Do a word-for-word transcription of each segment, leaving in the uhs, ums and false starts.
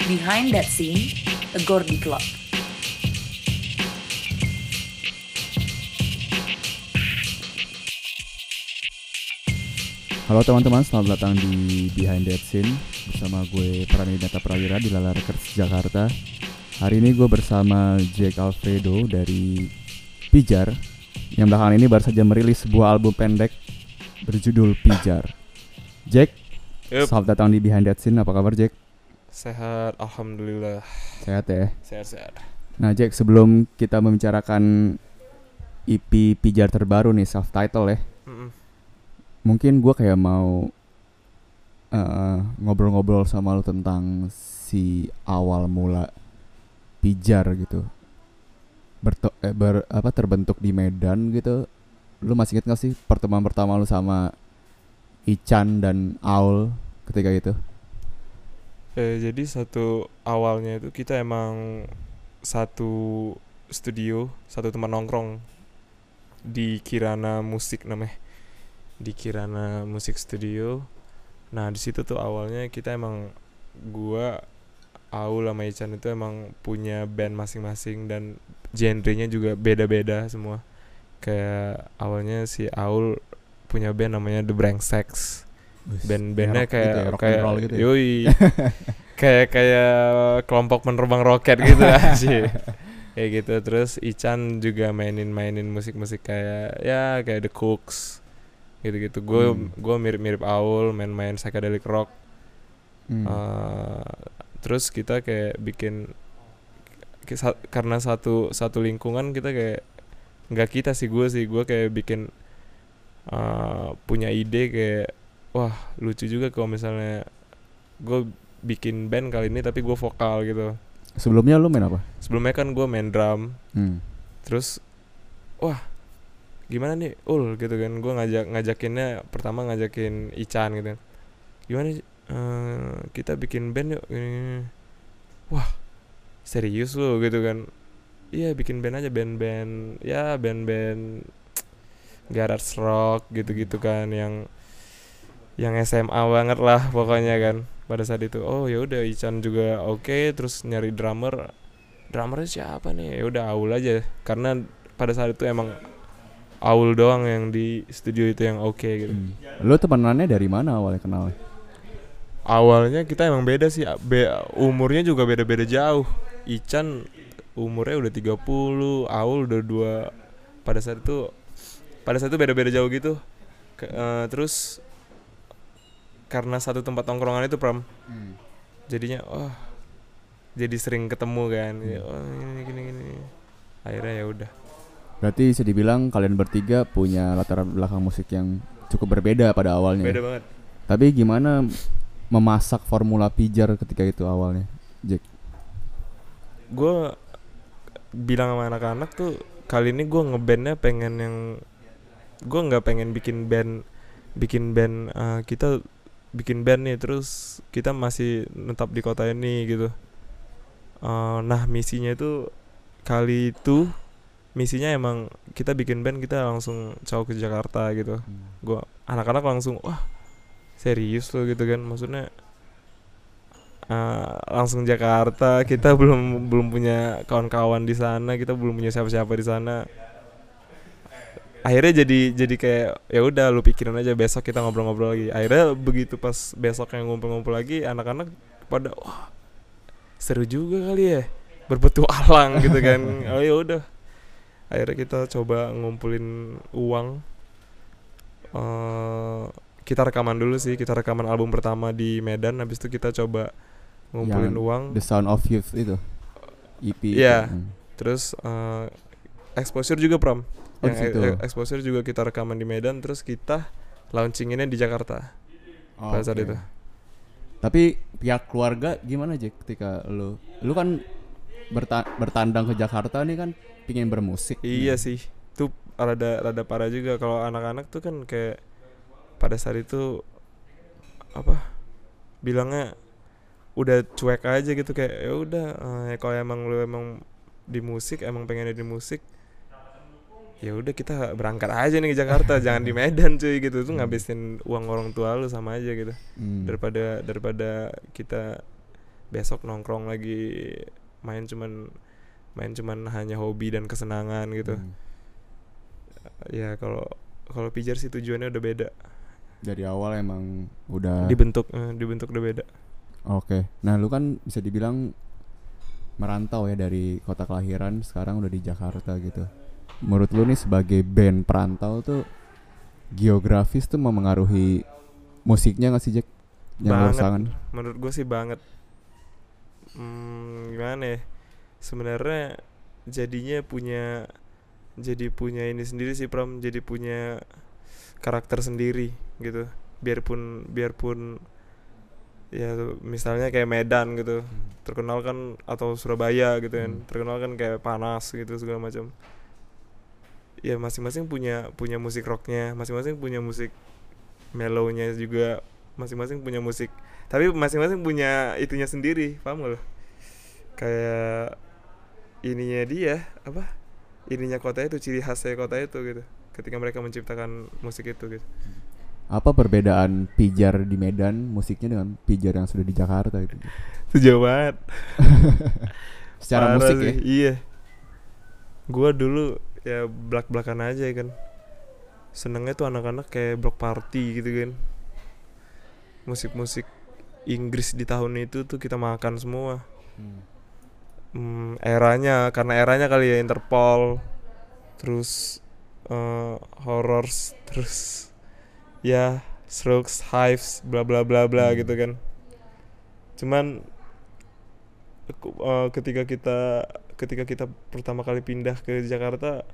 Behind That Scene, a Gordy Club. Halo teman-teman, selamat datang di Behind That Scene bersama gue Pranidata Prawira di Lala Records Jakarta. Hari ini gue bersama Jack Alfredo dari Pijar yang belakangan ini baru saja merilis sebuah album pendek berjudul Pijar. Jack, Yep. selamat datang di Behind That Scene. Apa kabar Jack? Sehat, alhamdulillah. Sehat ya? Sehat-sehat. Nah Jack, sebelum kita membicarakan E P Pijar terbaru nih, self-title ya, Mm-mm. mungkin gue kayak mau uh, ngobrol-ngobrol sama lu tentang si awal mula Pijar gitu. Berto- eh, ber, apa terbentuk di Medan gitu. Lu masih inget gak sih pertemuan pertama lu sama Ican dan Aul ketika itu? Eh, jadi satu awalnya itu kita emang satu studio, satu tempat nongkrong di Kirana Musik namanya, di Kirana Musik Studio. Nah di situ tuh awalnya kita emang gua, Aul sama Ican itu emang punya band masing-masing dan genrenya juga beda-beda semua. Kayak awalnya si Aul punya band namanya The Brengseks. Band-bandnya rock kayak gitu ya, rock and kayak roll gitu ya? yoi kayak kayak kelompok penerbang roket gitu sih. Kayak gitu. Terus Ican juga mainin-mainin musik-musik kayak ya kayak The Cooks gitu-gitu. Gue Hmm. gue mirip-mirip Aul, main-main psychedelic rock. Hmm. Uh, terus kita kayak bikin kisa- karena satu satu lingkungan kita kayak nggak kita sih gue sih gue kayak bikin uh, punya ide kayak wah lucu juga kalau misalnya gue bikin band kali ini tapi gue vokal gitu. Sebelumnya lu main apa? Sebelumnya kan gue main drum. Hmm. Terus wah gimana nih ul gitu kan, gue ngajak ngajakinnya pertama ngajakin Ican gitu kan, gimana uh, kita bikin band yuk gini. Wah serius lo gitu kan, iya bikin band aja, band-band ya band-band garage rock gitu-gitu kan, yang yang S M A banget lah pokoknya kan pada saat itu. Oh ya udah Ican juga oke okay. Terus nyari drummer, drummernya siapa nih? Ya udah Aul aja, karena pada saat itu emang Aul doang yang di studio itu yang oke okay, gitu. Hmm. Lu temenannya dari mana awalnya kenalnya? Awalnya kita emang beda sih, be- umurnya juga beda-beda jauh. Ican umurnya udah tiga puluh, Aul udah dua. Pada saat itu pada saat itu beda-beda jauh gitu. Ke, uh, terus karena satu tempat tongkrongan itu Pram, Hmm. jadinya oh jadi sering ketemu kan. Hmm. Ya, oh gini gini gini. Akhirnya ya udah. Berarti bisa dibilang kalian bertiga punya latar belakang musik yang cukup berbeda pada awalnya. Beda banget. Tapi gimana memasak formula Pijar ketika itu awalnya, Jack? Gue bilang sama anak-anak tuh kali ini gue ngebandnya pengen yang, gue nggak pengen bikin band bikin band uh, kita bikin band nih terus kita masih netap di kota ini gitu. Uh, nah misinya itu kali itu misinya emang kita bikin band, kita langsung jauh ke Jakarta gitu. Hmm. Gue anak-anak langsung wah serius loh gitu kan, maksudnya uh, langsung Jakarta, kita belum belum punya kawan-kawan di sana, kita belum punya siapa-siapa di sana. Akhirnya jadi jadi kayak ya udah lu pikirin aja, besok kita ngobrol-ngobrol lagi. Akhirnya begitu pas besok yang ngumpul-ngumpul lagi, anak-anak pada wah seru juga kali ya berpetualang gitu kan. Oh ya udah, akhirnya kita coba ngumpulin uang. Uh, kita rekaman dulu sih, kita rekaman album pertama di Medan, habis itu kita coba ngumpulin Yang uang. The Sound of Youth itu E P. Iya. itu. Hmm. Terus uh, exposure juga Pram. Oh, Yang gitu. e- exposure juga kita rekaman di Medan, terus kita launching-innya di Jakarta Oh, pada saat oke. itu. Tapi pihak keluarga gimana Jack ketika lu lu kan berta- bertandang ke Jakarta nih kan pingin bermusik. Iya nih. sih, tuh rada rada parah juga kalau anak-anak tuh kan kayak pada saat itu apa bilangnya udah cuek aja gitu, kayak ya udah uh, kalau emang lu emang di musik, emang pengen di musik, ya udah kita berangkat aja nih ke Jakarta, jangan di Medan cuy gitu. Tuh ngabisin uang orang tua lu sama aja gitu. Hmm. Daripada daripada kita besok nongkrong lagi, main cuman main cuman hanya hobi dan kesenangan gitu. Hmm. Ya kalau kalau pijar sih tujuannya udah beda. Dari awal emang udah Dibentuk eh, dibentuk udah beda. Oke. Nah, lu kan bisa dibilang merantau ya dari kota kelahiran, sekarang udah di Jakarta gitu. Menurut lu nih sebagai band perantau tuh geografis tuh memengaruhi musiknya nggak sih, Jack? Yang lu Banget. rasakan? Menurut gue sih banget. Hmm, gimana ya? Sebenarnya jadinya punya jadi punya ini sendiri sih Pram, jadi punya karakter sendiri gitu. Biarpun biarpun ya misalnya kayak Medan gitu, terkenal kan, atau Surabaya gitu kan, Hmm. terkenal kan kayak panas gitu segala macam. Ya masing-masing punya punya musik rocknya, masing-masing punya musik mellownya juga, masing-masing punya musik, tapi masing-masing punya itunya sendiri, paham gak lo? Kayak ininya dia apa? Ininya kota itu, ciri khasnya kota itu gitu. Ketika mereka menciptakan musik itu gitu. Apa perbedaan pijar di Medan musiknya dengan pijar yang sudah di Jakarta itu? Itu jauh banget. Secara Parah musik sih, ya. iya. Gua dulu ya blak-blakan aja kan. Senengnya tuh anak-anak kayak block party gitu kan. Musik-musik Inggris di tahun itu tuh kita makan semua. Hmm. Hmm, eranya, karena eranya kali ya, Interpol, terus uh, Horrors, terus ya Strokes, Hives, bla bla bla bla Hmm. gitu kan. Cuman uh, ketika kita ketika kita pertama kali pindah ke Jakarta,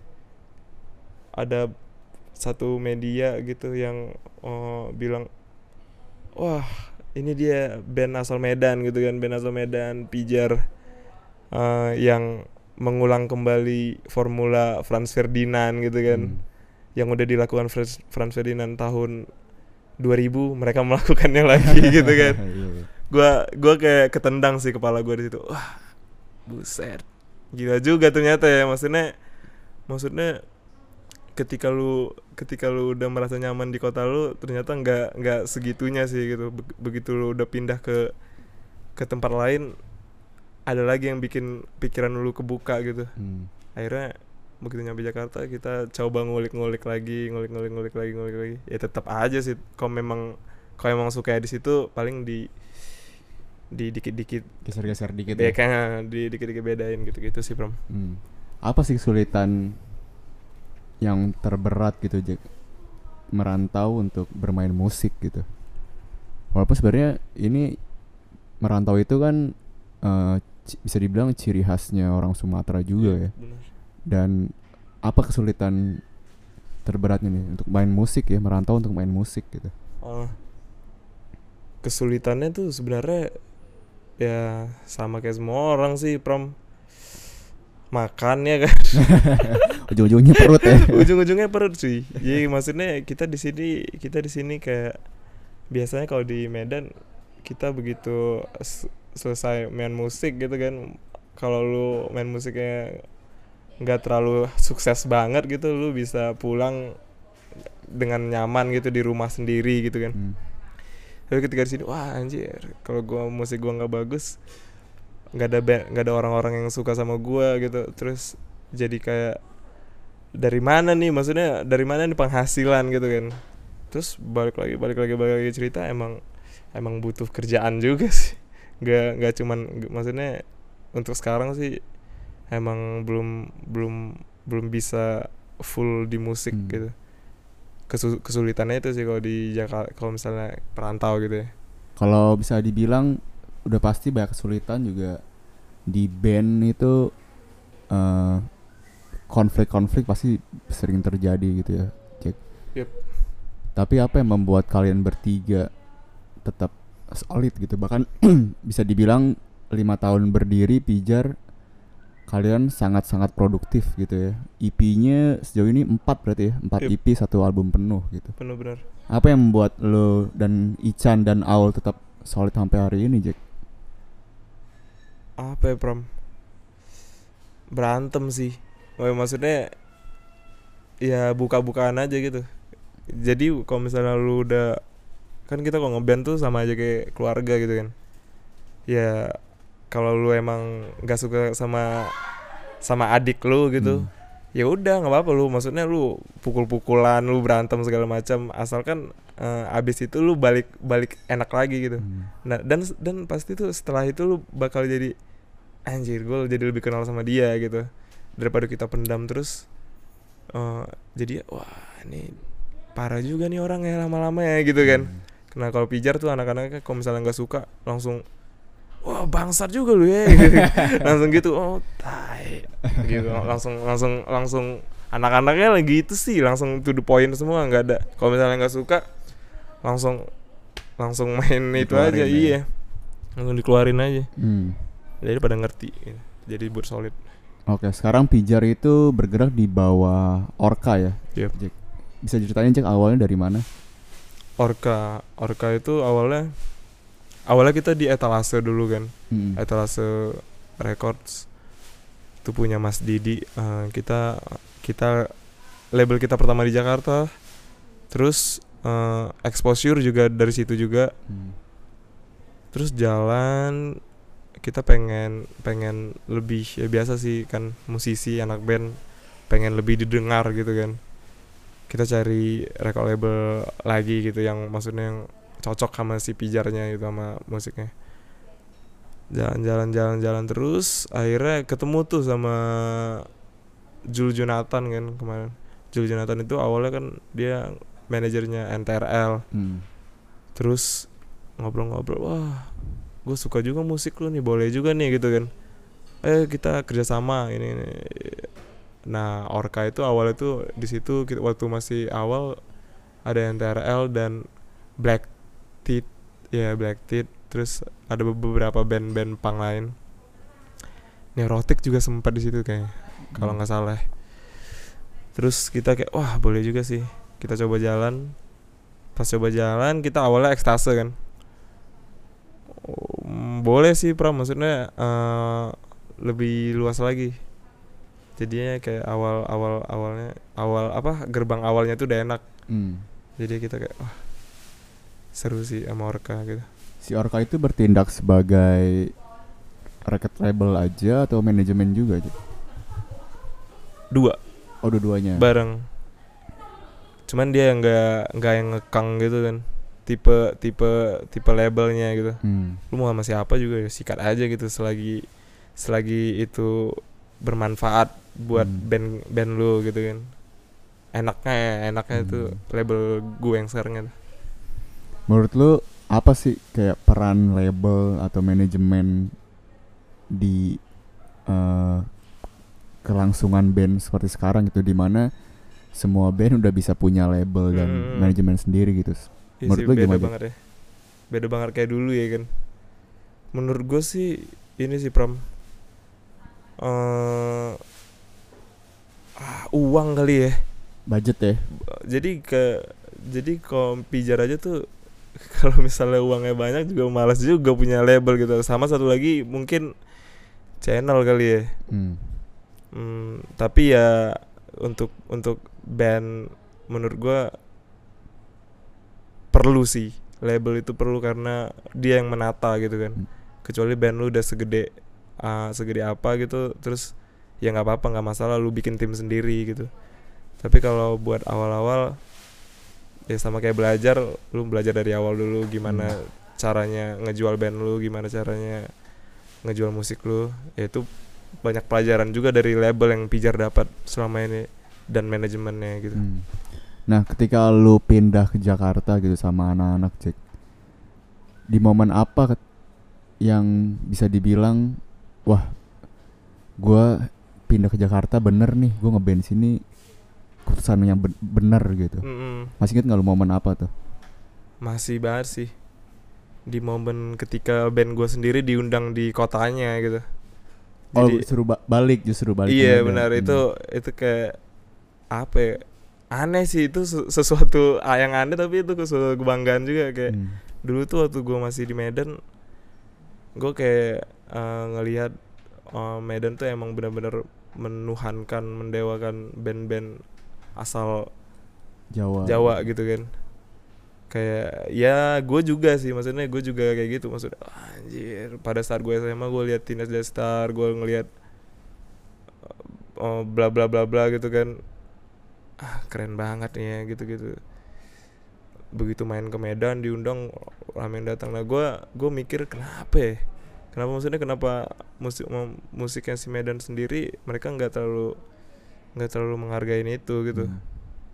ada satu media gitu yang uh, bilang, wah ini dia band asal Medan gitu kan, band asal Medan, pijar, uh, yang mengulang kembali formula Franz Ferdinand gitu kan. Hmm. Yang udah dilakukan Franz, Franz Ferdinand tahun dua ribu, mereka melakukannya lagi gitu kan. Iya, iya. Gua gua kayak ketendang sih kepala gua di situ. Wah, buset. Gila juga ternyata ya, maksudnya maksudnya ketika lu ketika lu udah merasa nyaman di kota lu, ternyata nggak nggak segitunya sih gitu. Be- begitu lu udah pindah ke ke tempat lain, ada lagi yang bikin pikiran lu kebuka gitu. Hmm. Akhirnya begitu nyampe Jakarta, kita coba ngulik-ngulik lagi, ngulik-ngulik-ngulik lagi, ngulik lagi. Ya tetap aja sih, kalau memang kalau memang suka di situ, paling di di dikit-dikit Geser-geser dikit ya, ya. kayak di dikit-dikit bedain gitu-gitu sih, Pram. Hmm. Apa sih kesulitan yang terberat gitu, Jack, merantau untuk bermain musik gitu? Walaupun sebenarnya ini merantau itu kan uh, c- bisa dibilang ciri khasnya orang Sumatera juga ya. Benar. Dan apa kesulitan terberatnya nih untuk main musik ya, merantau untuk main musik gitu? Oh. Kesulitannya tuh sebenarnya ya sama kayak semua orang sih, Pram. Makan ya kan. Ujung-ujungnya perut ya. Ujung-ujungnya perut sih. Jadi maksudnya kita di sini kita di sini kayak biasanya kalau di Medan kita begitu s- selesai main musik gitu kan, kalau lu main musiknya nggak terlalu sukses banget gitu, lu bisa pulang dengan nyaman gitu di rumah sendiri gitu kan. Hmm. Tapi ketika di sini, wah anjir, kalau gua musik gua nggak bagus, nggak ada band, nggak ada orang-orang yang suka sama gua gitu, terus jadi kayak dari mana nih, maksudnya dari mana nih penghasilan gitu kan. Terus balik lagi balik lagi balik lagi cerita, emang emang butuh kerjaan juga sih, nggak nggak cuman g- maksudnya untuk sekarang sih emang belum belum belum bisa full di musik Hmm. gitu. Kesu- kesulitannya itu sih kalau di Jakarta, kalau misalnya perantau gitu ya. Kalau bisa dibilang udah pasti banyak kesulitan juga di band itu, eh, konflik-konflik pasti sering terjadi gitu ya, Jack. Yep. Tapi apa yang membuat kalian bertiga tetap solid gitu? Bahkan bisa dibilang lima tahun berdiri pijar, kalian sangat-sangat produktif gitu ya. E P-nya sejauh ini empat berarti ya, empat Yep. E P, satu album penuh gitu. Penuh benar. Apa yang membuat lo dan Ican dan Aul tetap solid sampai hari ini, Jack? Apa ya, Pram? Berantem sih. Oh, ya, maksudnya ya buka-bukaan aja gitu. Jadi kalau misalnya lu udah, kan kita kalau ngeband tuh sama aja kayak keluarga gitu kan. ya kalau lu emang nggak suka sama sama adik lu gitu, Hmm. ya udah nggak apa-apa, lu maksudnya lu pukul-pukulan, lu berantem segala macam, asalkan eh, abis itu lu balik balik enak lagi gitu. Hmm. Nah, dan dan pasti tuh setelah itu lu bakal jadi anjir, gue jadi lebih kenal sama dia gitu, daripada kita pendam terus. eh, jadi wah ini parah juga nih orang ya lama-lama ya gitu kan. Hmm. Nah kalau pijar tuh anak-anaknya kalau misalnya nggak suka langsung wah bangsat juga lu ya gitu. Langsung gitu, oh tai gitu, langsung langsung langsung anak-anaknya lagi itu sih langsung to the point semua, nggak ada kalau misalnya nggak suka langsung langsung main itu Dikeluarin aja. ya. Iya, langsung dikeluarin aja, Hmm. jadi pada ngerti gitu. Jadi buat solid. Oke, sekarang Pijar itu bergerak di bawah Orca ya. Yep. Jack. Bisa ceritain Jack awalnya dari mana? Orca Orca itu awalnya awalnya kita di etalase dulu kan. Hmm. Etalase Records itu punya Mas Didi. Eh, kita kita label kita pertama di Jakarta, terus eh, exposure juga dari situ juga. Hmm. Terus jalan, kita pengen pengen lebih, ya biasa sih kan musisi anak band pengen lebih didengar gitu kan. Kita cari record label lagi gitu yang maksudnya yang cocok sama si pijarnya gitu, sama musiknya. Jalan-jalan jalan-jalan terus akhirnya ketemu tuh sama Jul Jonathan kan kemarin. Jul Jonathan itu awalnya kan dia manajernya N T R L. Hmm. Terus ngobrol-ngobrol, wah gue suka juga musik lu nih, boleh juga nih gitu kan, eh kita kerjasama ini, ini. Nah Orca itu awalnya tuh di situ kita, waktu masih awal ada N T R L dan Black Teeth, ya Black Teeth, terus ada beberapa band-band punk lain. Neurotic juga sempat di situ kayaknya, kalau nggak salah. Terus kita kayak wah boleh juga sih, kita coba jalan. Pas coba jalan kita awalnya ekstase kan. Oh, boleh sih Pram, maksudnya uh, lebih luas lagi. Jadinya kayak awal awal awalnya awal apa gerbang awalnya tuh udah enak. Hmm. Jadi kita kayak wah seru sih sama Orca gitu. Si Orca itu bertindak sebagai record label aja atau manajemen juga aja? Dua. Oh dua-duanya. Bareng. Cuman dia nggak nggak yang ngekang gitu kan. Tipe tipe tipe labelnya gitu. Hmm. Lu mau sama siapa juga ya sikat aja gitu selagi selagi itu bermanfaat buat Hmm. band band lu gitu kan. Enaknya ya, enaknya Hmm. itu label gue yang sekarang. Menurut lu apa sih kayak peran label atau manajemen di uh, kelangsungan band seperti sekarang gitu, di mana semua band udah bisa punya label dan Hmm. manajemen sendiri gitu. Iya Menurut sih, lu beda gimana? banget ya. Beda banget kayak dulu ya kan. Menurut gue sih ini sih Pram, uh, ah, uang kali ya. Budget ya. Jadi ke jadi kalau pijar aja tuh kalau misalnya uangnya banyak juga malas juga punya label gitu. Sama satu lagi mungkin channel kali ya. Hmm. Hmm, tapi ya untuk untuk band menurut gua perlu sih label itu, perlu karena dia yang menata gitu kan. Hmm. Kecuali band lu udah segede uh, segede apa gitu, terus ya nggak apa-apa, nggak masalah lu bikin tim sendiri gitu. Tapi kalau buat awal-awal ya sama kayak belajar, lu belajar dari awal dulu gimana Hmm. caranya ngejual band lu, gimana caranya ngejual musik lu. Ya itu banyak pelajaran juga dari label yang pijar dapat selama ini dan manajemennya gitu. Hmm. Nah, ketika lu pindah ke Jakarta gitu sama anak-anak Jack, di momen apa ket- yang bisa dibilang wah, gua pindah ke Jakarta bener nih, gua ngeband sini keputusan yang ben- bener gitu. Mm-mm. Masih inget nggak lu momen apa tuh? Masih banget sih di momen ketika band gue sendiri diundang di kotanya gitu. Oh, Jadi suruh ba- balik justru balik. iya ke Medan. benar, Hmm. itu itu kayak apa ya, aneh sih, itu su- sesuatu ah, yang aneh, tapi itu sesuatu kebanggaan juga. Kayak Hmm. dulu tuh waktu gue masih di Medan, gue kayak uh, ngelihat uh, Medan tuh emang benar-benar menuhankan, mendewakan band-band asal Jawa. Jawa gitu kan. kayak ya gue juga sih, maksudnya gue juga kayak gitu, maksudnya oh, anjir pada saat gue S M A gue lihat Teenage Death Star, gue ngelihat oh, bla bla bla bla gitu kan, ah keren banget nih ya gitu-gitu. Begitu main ke Medan diundang rame yang datang, nah gue gue mikir kenapa ya, kenapa maksudnya kenapa musik musiknya si Medan sendiri mereka nggak terlalu nggak terlalu menghargain itu gitu. Hmm.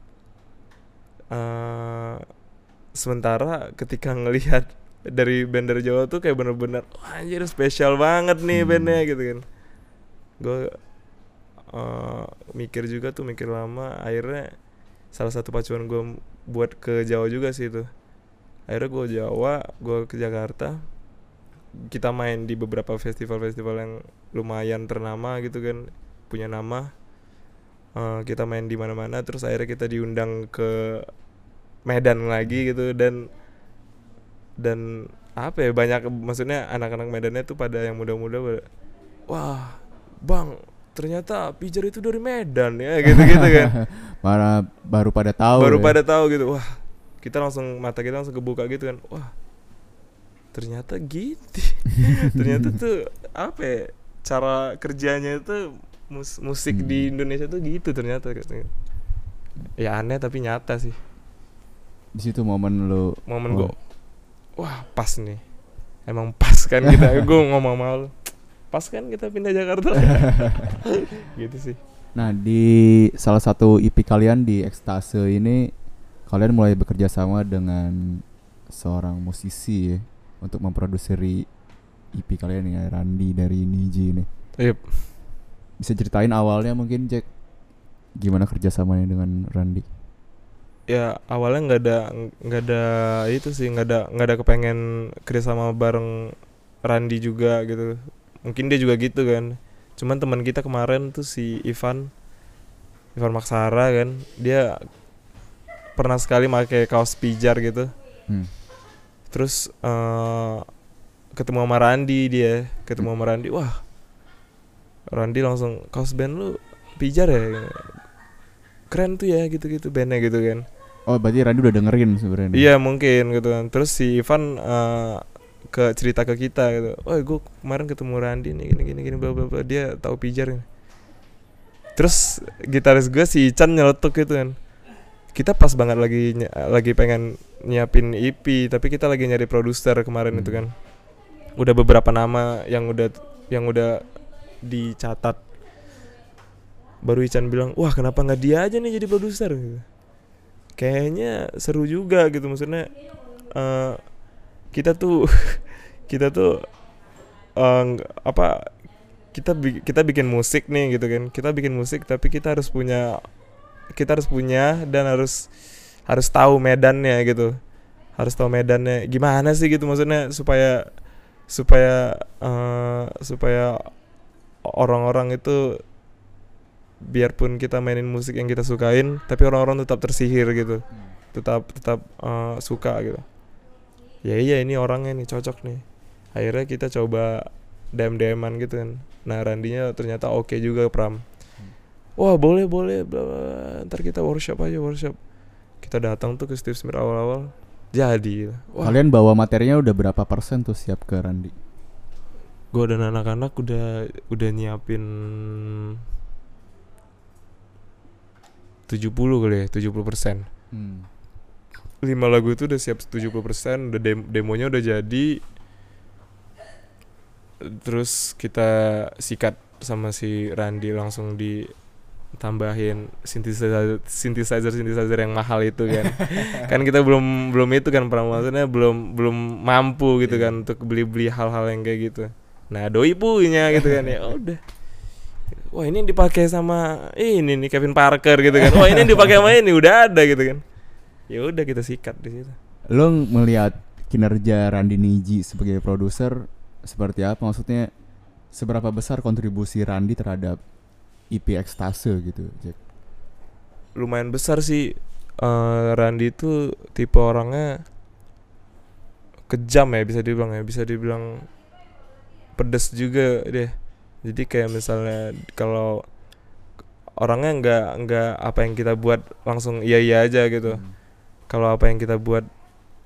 Uh, sementara ketika ngelihat dari band dari Jawa tuh kayak bener-bener wah, anjir spesial banget nih Hmm. bandnya gitu kan. Gue uh, mikir juga tuh mikir lama, akhirnya salah satu pacuan gue buat ke Jawa juga sih itu. Akhirnya gue Jawa, gue ke Jakarta, kita main di beberapa festival-festival yang lumayan ternama gitu kan, punya nama. Uh, kita main di mana-mana, terus akhirnya kita diundang ke Medan lagi gitu, dan dan apa ya, banyak, maksudnya anak-anak Medannya tuh pada yang muda-muda pada, wah bang ternyata Pijar itu dari Medan ya gitu-gitu kan. Para baru pada tahu. Baru ya. pada tahu gitu, wah kita langsung mata kita langsung kebuka gitu kan, wah ternyata gitu. Ternyata tuh apa ya, cara kerjanya itu mus- musik Hmm. di Indonesia tuh gitu ternyata. Ya aneh tapi nyata sih. Di situ momen lu Momen oh. gue, wah pas nih, emang pas kan kita. Gue ngomong sama lu, pas kan kita pindah Jakarta. Gitu sih. Nah, di salah satu E P kalian di Ekstase ini kalian mulai bekerja sama dengan seorang musisi ya untuk memproduksi E P kalian ya, Randy dari Niji ini. Yep. Bisa ceritain awalnya mungkin, Jack, gimana kerjasamanya dengan Randy? Ya awalnya nggak ada nggak ada itu sih, nggak ada nggak ada kepengen kerjasama bareng Randy juga gitu. Mungkin dia juga gitu kan. Cuman teman kita kemarin tuh si Ivan Ivan Maksara kan, dia pernah sekali pakai kaos Pijar gitu. Hmm. Terus uh, ketemu sama Randy, dia ketemu sama Randy, wah Randy langsung, kaos band lu Pijar ya, keren tuh ya gitu-gitu bandnya gitu kan. Oh, berarti Randy udah dengerin sebenarnya. Iya mungkin gitu kan. Terus si Ivan uh, ke cerita ke kita gitu, oh gue kemarin ketemu Randy nih gini gini gini bla bla bla, dia tahu Pijar nih. Terus gitaris gue si Chan nyeletuk gitu kan, kita pas banget lagi ny- lagi pengen nyiapin E P, tapi kita lagi nyari produser kemarin Hmm. itu kan. Udah beberapa nama yang udah yang udah dicatat. Baru Ican bilang, wah kenapa nggak dia aja nih jadi produser gitu. Kayaknya seru juga gitu, maksudnya uh, kita tuh kita tuh uh, apa kita bi- kita bikin musik nih gitu kan, kita bikin musik tapi kita harus punya kita harus punya dan harus harus tahu medannya gitu, harus tahu medannya gimana sih gitu, maksudnya supaya supaya uh, supaya orang-orang itu, biarpun kita mainin musik yang kita sukain, tapi orang-orang tetap tersihir gitu, tetap tetap uh, suka gitu. Ya iya ini orangnya nih cocok nih. Akhirnya kita coba D M D M-an gitu kan. Nah Randinya ternyata oke okay juga, Pram. Wah boleh boleh, bla bla. Ntar kita workshop aja workshop. Kita datang tuh ke Steve Smith awal-awal, jadi. Wah. Kalian bawa materinya udah berapa persen tuh siap ke Randy? Gue dan anak-anak udah udah nyiapin tujuh puluh kali ya, tujuh puluh persen. Hmm. lima lagu itu udah siap tujuh puluh persen, udah dem- demonya udah jadi. Terus kita sikat sama si Randy, langsung ditambahin synthesizer synthesizer synthesizer yang mahal itu kan. Kan kita belum belum itu kan, maksudnya belum belum mampu gitu kan untuk beli-beli hal-hal yang kayak gitu. Nah, doi punya gitu kan, ya udah. Wah, ini yang dipakai sama ini nih Kevin Parker gitu kan. Wah, ini yang dipakai sama ini, udah ada gitu kan. Ya udah kita sikat di situ. Lo melihat kinerja Randy Niji sebagai produser seperti apa? Maksudnya seberapa besar kontribusi Randy terhadap E P Ekstase gitu, Jack? Lumayan besar sih. uh, Randy itu tipe orangnya kejam ya, bisa dibilang ya, bisa dibilang pedes juga deh. Jadi kayak misalnya kalau orangnya nggak nggak apa yang kita buat langsung iya iya aja gitu. Hmm. Kalau apa yang kita buat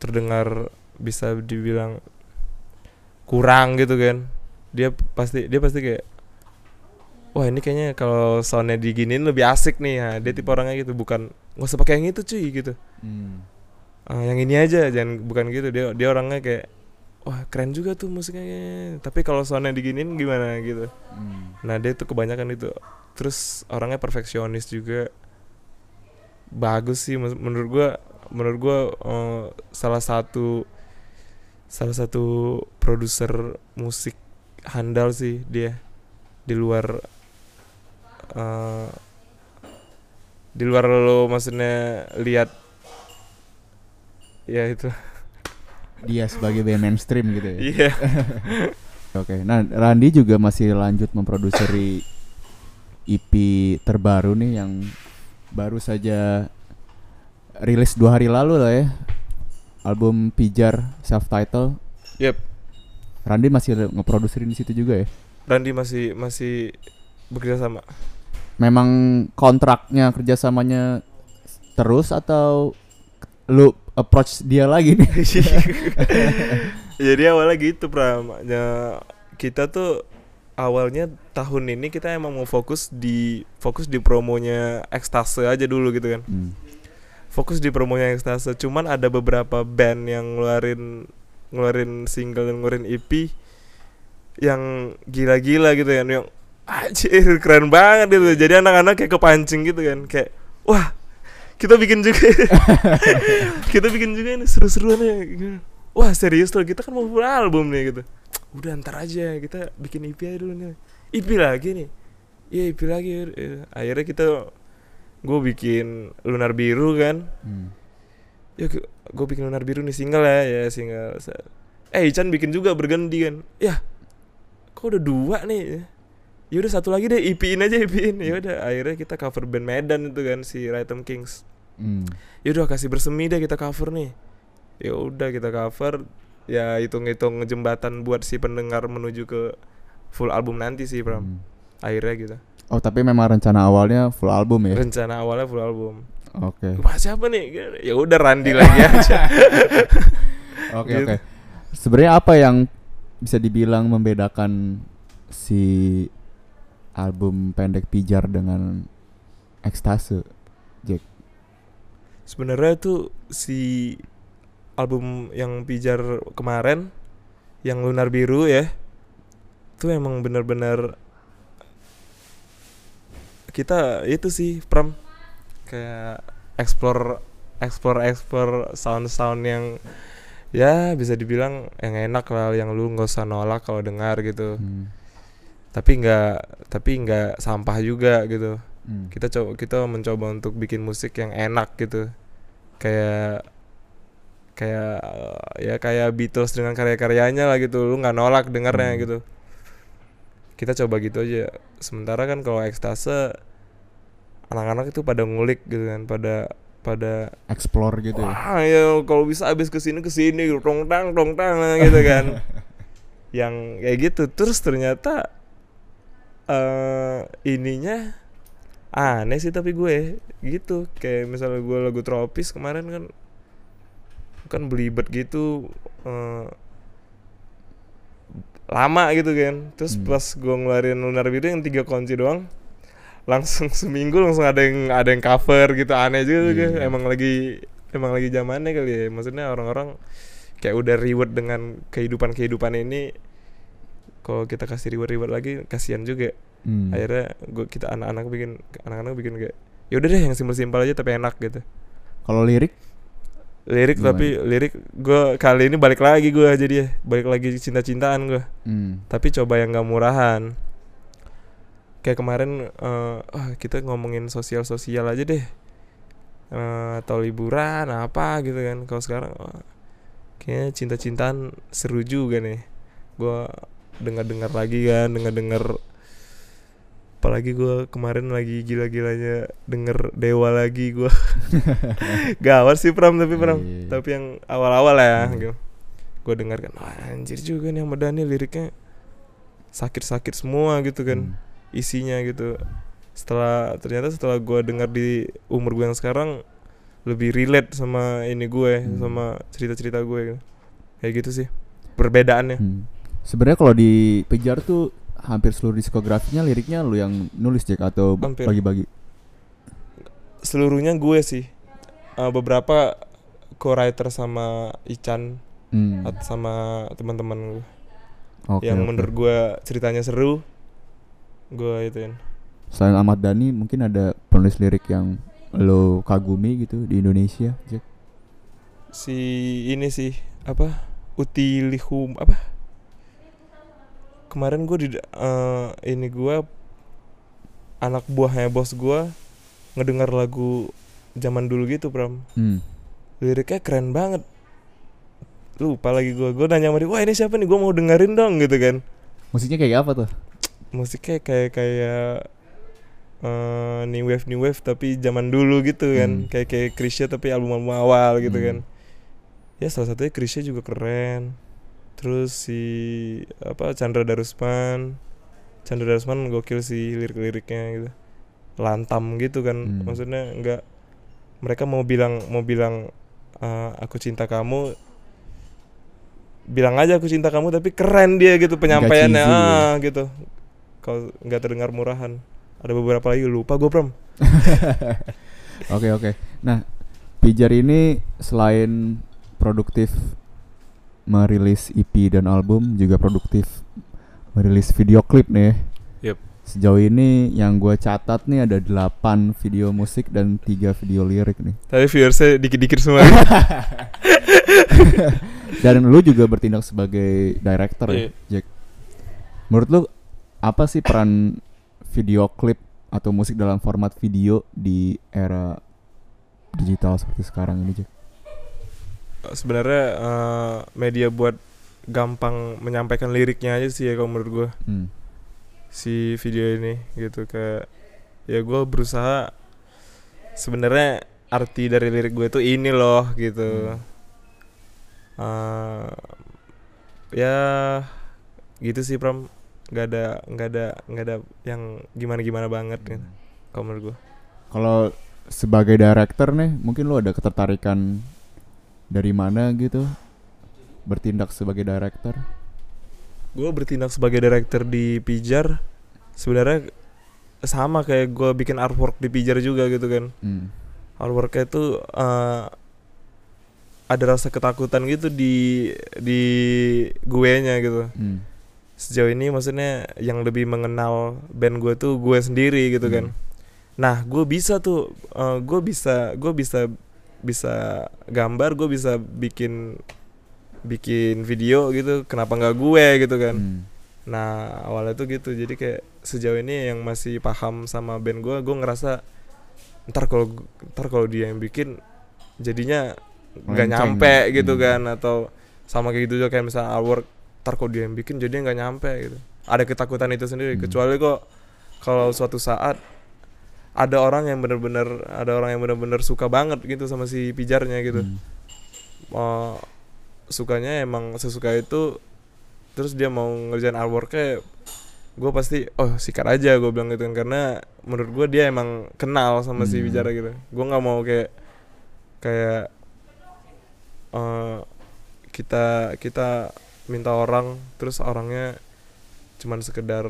terdengar bisa dibilang kurang gitu kan, dia pasti dia pasti kayak wah ini kayaknya kalau soundnya diginiin lebih asik nih ya. Dia tipe orangnya gitu, bukan nggak usah pakai yang itu cuy gitu, Hmm. ah, yang ini aja jangan, bukan gitu. Dia dia orangnya kayak wah keren juga tuh musiknya kayaknya, tapi kalau soundnya diginiin gimana gitu. Hmm. Nah dia tuh kebanyakan itu. Terus orangnya perfeksionis juga, bagus sih menurut gua. Menurut gua uh, salah satu salah satu produser musik handal sih dia, di luar uh, di luar lo maksudnya lihat ya itu. Dia sebagai band mainstream gitu ya. Iya. Oke, nah Randy juga masih lanjut memproduksi E P terbaru nih yang baru saja rilis dua hari lalu lah ya, album Pijar self title. Yep. Randy masih ngeproduserin di situ juga ya. Randy masih masih bekerja sama. Memang kontraknya kerjasamanya terus atau lu approach dia lagi nih? Jadi awalnya gitu Pram ya, kita tuh awalnya tahun ini kita emang mau fokus di fokus di promonya Ekstase aja dulu gitu kan. Hmm. Fokus di promonya Ekstase. Cuman ada beberapa band yang ngeluarin ngeluarin single dan ngeluarin E P yang gila-gila gitu kan, yang anjir keren banget gitu. Jadi anak-anak kayak kepancing gitu kan, kayak wah kita bikin juga kita bikin juga ini seru-seruan ya gitu. Wah serius loh, kita kan mau full album nih gitu. Udah ntar aja kita bikin E P aja dulu nih. E P lagi nih. Iya E P lagi. Akhirnya kita gue bikin Lunar Biru kan. Hmm. Ya gue bikin Lunar Biru nih single ya, ya single. Eh Ican bikin juga berganti kan. Ya kok udah dua nih. Ya udah satu lagi deh, E P-in aja E P-in. Ya udah akhirnya kita cover band Medan itu kan, si Rhythm Kings. Hmm. Ya udah kasih bersemi deh kita cover nih. Ya udah kita cover, ya hitung-hitung jembatan buat si pendengar menuju ke full album nanti sih Pram. Hmm. Akhirnya gitu. Oh tapi memang rencana awalnya full album ya? Rencana awalnya full album. Oke. Okay. Wah siapa nih? Ya udah Randy lagi aja. Oke oke. Sebenarnya apa yang bisa dibilang membedakan si album pendek Pijar dengan Ekstase, Jack? Sebenarnya tuh si album yang Pijar kemarin, yang Lunar Biru ya, tuh emang benar-benar kita itu sih Pram, kayak explore explore explore sound-sound yang ya bisa dibilang yang enak lah, yang lu nggak usah nolak kalau dengar gitu. Hmm. Tapi nggak tapi nggak sampah juga gitu. Hmm. Kita coba kita mencoba untuk bikin musik yang enak gitu, kayak kayak ya kayak Beatles dengan karya-karyanya lah gitu, lu nggak nolak dengarnya. Hmm. Gitu. Kita coba gitu aja. Sementara kan kalau Ekstase anak-anak itu pada ngulik gitu kan, pada pada explore gitu. Wah, ya kalau bisa abis kesini kesini tong tang tong tang gitu kan. Yang kayak gitu. Terus ternyata Uh, ininya aneh sih, tapi gue gitu, kayak misalnya gue lagu Tropis kemarin kan kan belibet gitu, uh, lama gitu kan. Terus hmm. pas gue ngeluarin Lunar Biru yang tiga kunci doang, langsung seminggu langsung ada yang ada yang cover gitu, aneh juga. Yeah. Emang lagi emang lagi zamannya kali ya, maksudnya orang-orang kayak udah reward dengan kehidupan kehidupan ini. Kalau kita kasih reward-reward lagi kasihan juga. Hmm. Akhirnya gua kita anak-anak bikin anak-anak bikin kayak ya udah deh yang simpel-simpel aja tapi enak gitu. Kalau lirik? Lirik gimana? Tapi lirik gua kali ini balik lagi gua jadi ya, balik lagi cinta-cintaan gua. Hmm. Tapi coba yang enggak murahan. Kayak kemarin uh, ah, kita ngomongin sosial-sosial aja deh. Uh, atau liburan apa gitu kan. Kalau sekarang uh, kayaknya cinta-cintaan seru juga nih. Gua dengar-dengar lagi kan, dengar-dengar, apalagi gue kemarin lagi gila-gilanya denger Dewa lagi gue. Gawat sih Pram, tapi Pram yeah. Tapi yang awal-awal ya hmm. gitu. Gue dengar kan, wah anjir juga nih Ahmad Dhani, liriknya sakit-sakit semua gitu kan, hmm. isinya gitu. Setelah ternyata setelah gue dengar di umur gue yang sekarang, lebih relate sama ini gue, Hmm. sama cerita-cerita gue gitu. Kayak gitu sih perbedaannya. Hmm. Sebenarnya kalau di Pijar tuh hampir seluruh diskografinya liriknya lu yang nulis Jack atau b- Hampir. bagi-bagi? Seluruhnya gue sih. Uh, beberapa co-writer sama Ican Hmm. at- sama teman-teman gue. Oke, yang oke. menurut gue ceritanya seru, gue ituin. Selain Ahmad Dhani mungkin ada penulis lirik yang lo kagumi gitu di Indonesia, Jack? Si ini sih apa Utilihum apa kemarin gue di uh, ini gue anak buahnya bos gue ngedengar lagu zaman dulu gitu Pram, Hmm. liriknya keren banget, lupa lagi gue gue nanya sama dia, wah ini siapa nih, gue mau dengerin dong gitu kan. Musiknya kayak apa tuh? Musiknya kayak kayak uh, new wave new wave tapi zaman dulu gitu kan. Hmm. Kayak kayak Krisya tapi album-album awal gitu Hmm. kan. Ya salah satunya Krisya juga keren. Terus si apa Chandra Darusman Chandra Darusman gokil sih lirik-liriknya gitu, lantam gitu kan. Hmm. Maksudnya enggak, mereka mau bilang mau bilang uh, aku cinta kamu, bilang aja aku cinta kamu, tapi keren dia gitu penyampaiannya, cheesy ah gitu. Kalau nggak terdengar murahan. Ada beberapa lagi lupa gue Pram. Oke, oke. Nah, Pijar ini selain produktif merilis E P dan album, juga produktif merilis video klip nih. Yep. Sejauh ini yang gue catat nih ada delapan video musik dan tiga video lirik nih. Tapi viewersnya dikit-dikit semua. Dan lu juga bertindak sebagai director ya, Iya. Jack. Menurut lu apa sih peran video klip atau musik dalam format video di era digital seperti sekarang ini, Jack? Sebenarnya uh, media buat gampang menyampaikan liriknya aja sih ya kalau menurut gue. Hmm. Si video ini gitu, kayak ya gue berusaha sebenarnya arti dari lirik gue itu ini loh gitu. Hmm. Uh, ya gitu sih Pram, nggak ada nggak ada nggak ada yang gimana gimana banget gitu kalau menurut gue. Kalau sebagai director nih, mungkin lu ada ketertarikan dari mana gitu bertindak sebagai director? Gue bertindak sebagai director di Pijar sebenarnya sama kayak gue bikin artwork di Pijar juga gitu kan. Hmm. Artworknya itu uh, ada rasa ketakutan gitu di di gue-nya gitu. Hmm. Sejauh ini maksudnya yang lebih mengenal band gue tuh gue sendiri gitu kan. Hmm. Nah gue bisa tuh uh, gue bisa gue bisa bisa gambar, gue bisa bikin bikin video gitu, kenapa nggak gue gitu kan. Hmm. Nah awalnya tuh gitu, jadi kayak sejauh ini yang masih paham sama band gue, gue ngerasa ntar kalau ntar kalau dia yang bikin jadinya nggak Melenceng. nyampe gitu Hmm. kan, atau sama kayak gitu juga kayak misalnya artwork, ntar kalau dia yang bikin jadinya nggak nyampe gitu. Ada ketakutan itu sendiri. Hmm. Kecuali kok kalau suatu saat ada orang yang benar-benar ada orang yang benar-benar suka banget gitu sama si Pijarnya gitu. Hmm. Uh, sukanya emang sesuka itu, terus dia mau ngerjain artworknya, gue pasti oh sikat aja gue bilang gitu kan, karena menurut gue dia emang kenal sama si Hmm. Bijara gitu. Gue nggak mau kayak kayak uh, kita kita minta orang terus orangnya cuman sekedar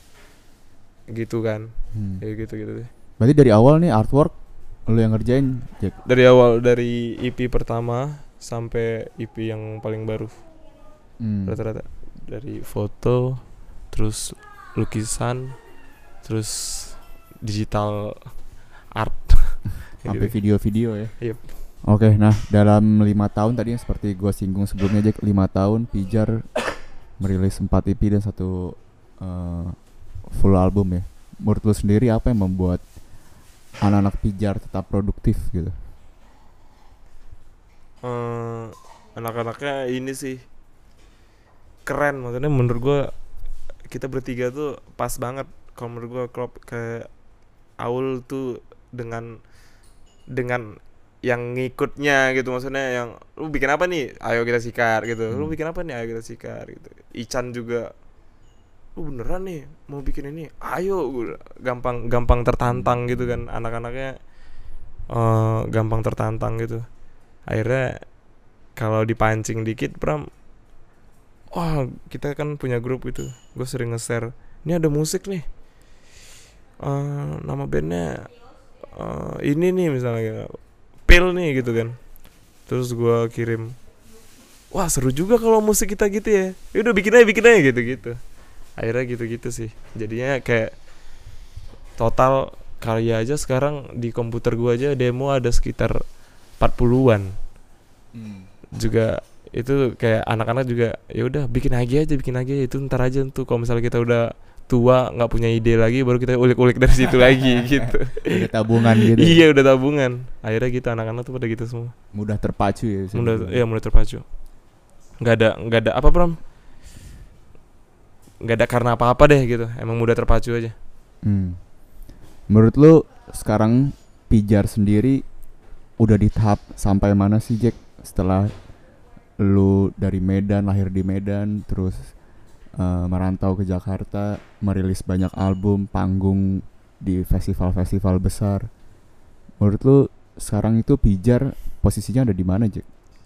gitu kan. Hmm. Kayak gitu gitu deh. Berarti dari awal nih artwork lu yang ngerjain, Jack? Dari awal, dari E P pertama sampai E P yang paling baru. Hmm. Rata-rata dari foto, terus lukisan, terus digital art, Sampai gitu. video-video ya. Yep. Oke, nah dalam lima tahun tadi yang seperti gue singgung sebelumnya, Jack, lima tahun Pijar merilis empat E P dan satu uh, full album ya. Menurut lu sendiri apa yang membuat anak-anak Pijar tetap produktif gitu? Uh, anak-anaknya ini sih keren, maksudnya menurut gue kita bertiga tuh pas banget. Kalau menurut gue klop kayak Aul tuh dengan dengan yang ngikutnya gitu, maksudnya yang lu bikin apa nih, ayo kita sikat gitu. Lu Hmm. bikin apa nih, ayo kita sikat gitu. Ican juga, lu beneran nih mau bikin ini, ayo. Gampang gampang tertantang gitu kan anak-anaknya. uh, gampang tertantang gitu. Akhirnya kalau dipancing dikit Pram, wah kita kan punya grup gitu, gue sering nge-share, ini ada musik nih, uh, nama bandnya uh, ini nih misalnya Pil nih gitu kan. Terus gue kirim, wah seru juga kalau musik kita gitu ya, yaudah bikin aja bikin aja gitu-gitu. Akhirnya gitu-gitu sih. Jadinya kayak total karya aja sekarang di komputer gue aja demo ada sekitar empat puluhan. Hmm. Juga itu kayak anak-anak juga ya udah bikin lagi aja bikin lagi aja, itu ntar aja tuh kalau misalnya kita udah tua nggak punya ide lagi baru kita ulik-ulik dari situ lagi gitu. Udah tabungan gitu. Iya udah tabungan. Akhirnya gitu anak-anak tuh pada gitu semua. Mudah terpacu ya. Mudah, iya mudah terpacu. Nggak ada nggak ada apa Pram? Nggak ada karena apa-apa deh gitu. Emang mudah terpacu aja. Hmm. Menurut lu sekarang Pijar sendiri udah di tahap sampai mana sih Jack, setelah lu dari Medan, lahir di Medan, terus uh, merantau ke Jakarta, merilis banyak album, panggung di festival-festival besar. Menurut lu sekarang itu Pijar posisinya ada di mana Jack?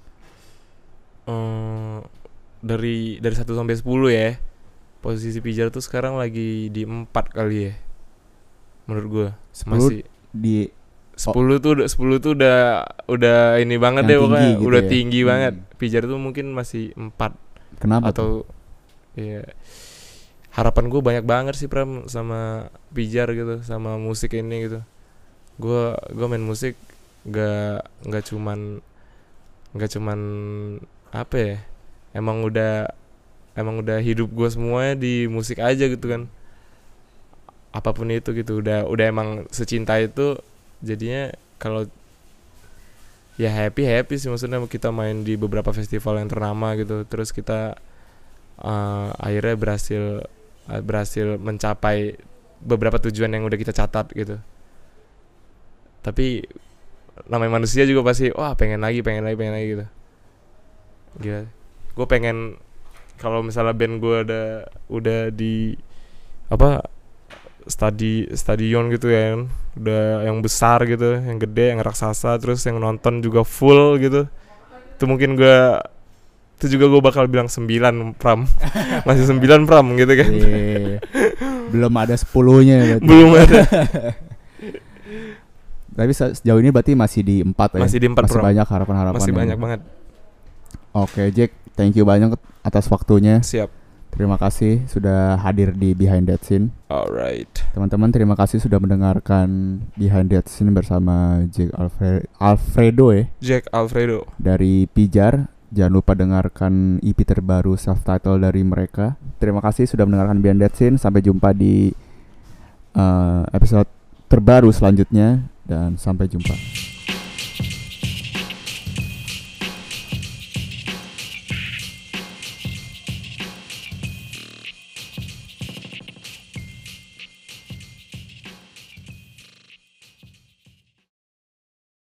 Uh, dari dari satu sampai sepuluh ya. Posisi Pijar tuh sekarang lagi di empat kali ya. Menurut gua masih di sepuluh tuh udah sepuluh tuh udah udah ini banget deh pokoknya gitu udah ya? Tinggi hmm. banget. Pijar tuh mungkin masih empat. Kenapa atau tuh? Ya harapan gue banyak banget sih Pram sama Pijar gitu, sama musik ini gitu. Gue gue main musik gak nggak cuman nggak cuman apa ya, emang udah emang udah hidup gue semuanya di musik aja gitu kan. Apapun itu gitu udah udah emang secinta itu. Jadinya kalau ya happy happy sih, maksudnya kita main di beberapa festival yang ternama gitu, terus kita uh, akhirnya berhasil uh, berhasil mencapai beberapa tujuan yang udah kita catat gitu. Tapi namanya manusia juga pasti wah pengen lagi pengen lagi pengen lagi gitu. Gila, gue pengen kalau misalnya band gue ada udah di apa stadi stadion gitu ya kan, udah yang besar gitu, yang gede, yang raksasa, terus yang nonton juga full gitu, itu mungkin gue itu juga gue bakal bilang sembilan Pram. Masih sembilan Pram gitu kan. Eee, belum ada sepuluhnya berarti. Belum ada. Tapi sejauh ini berarti masih di empat ya. Masih di empat Masih Pram. banyak harapan-harapan. Masih ya. banyak banget. Oke Jack, thank you banyak atas waktunya. Siap. Terima kasih sudah hadir di Behind That Scene. Alright. Teman-teman terima kasih sudah mendengarkan Behind That Scene bersama Jack Alfre- Alfredo ya. Jack Alfredo Dari Pijar. Jangan lupa dengarkan E P terbaru self-title dari mereka. Terima kasih sudah mendengarkan Behind That Scene. Sampai jumpa di uh, episode terbaru selanjutnya dan sampai jumpa.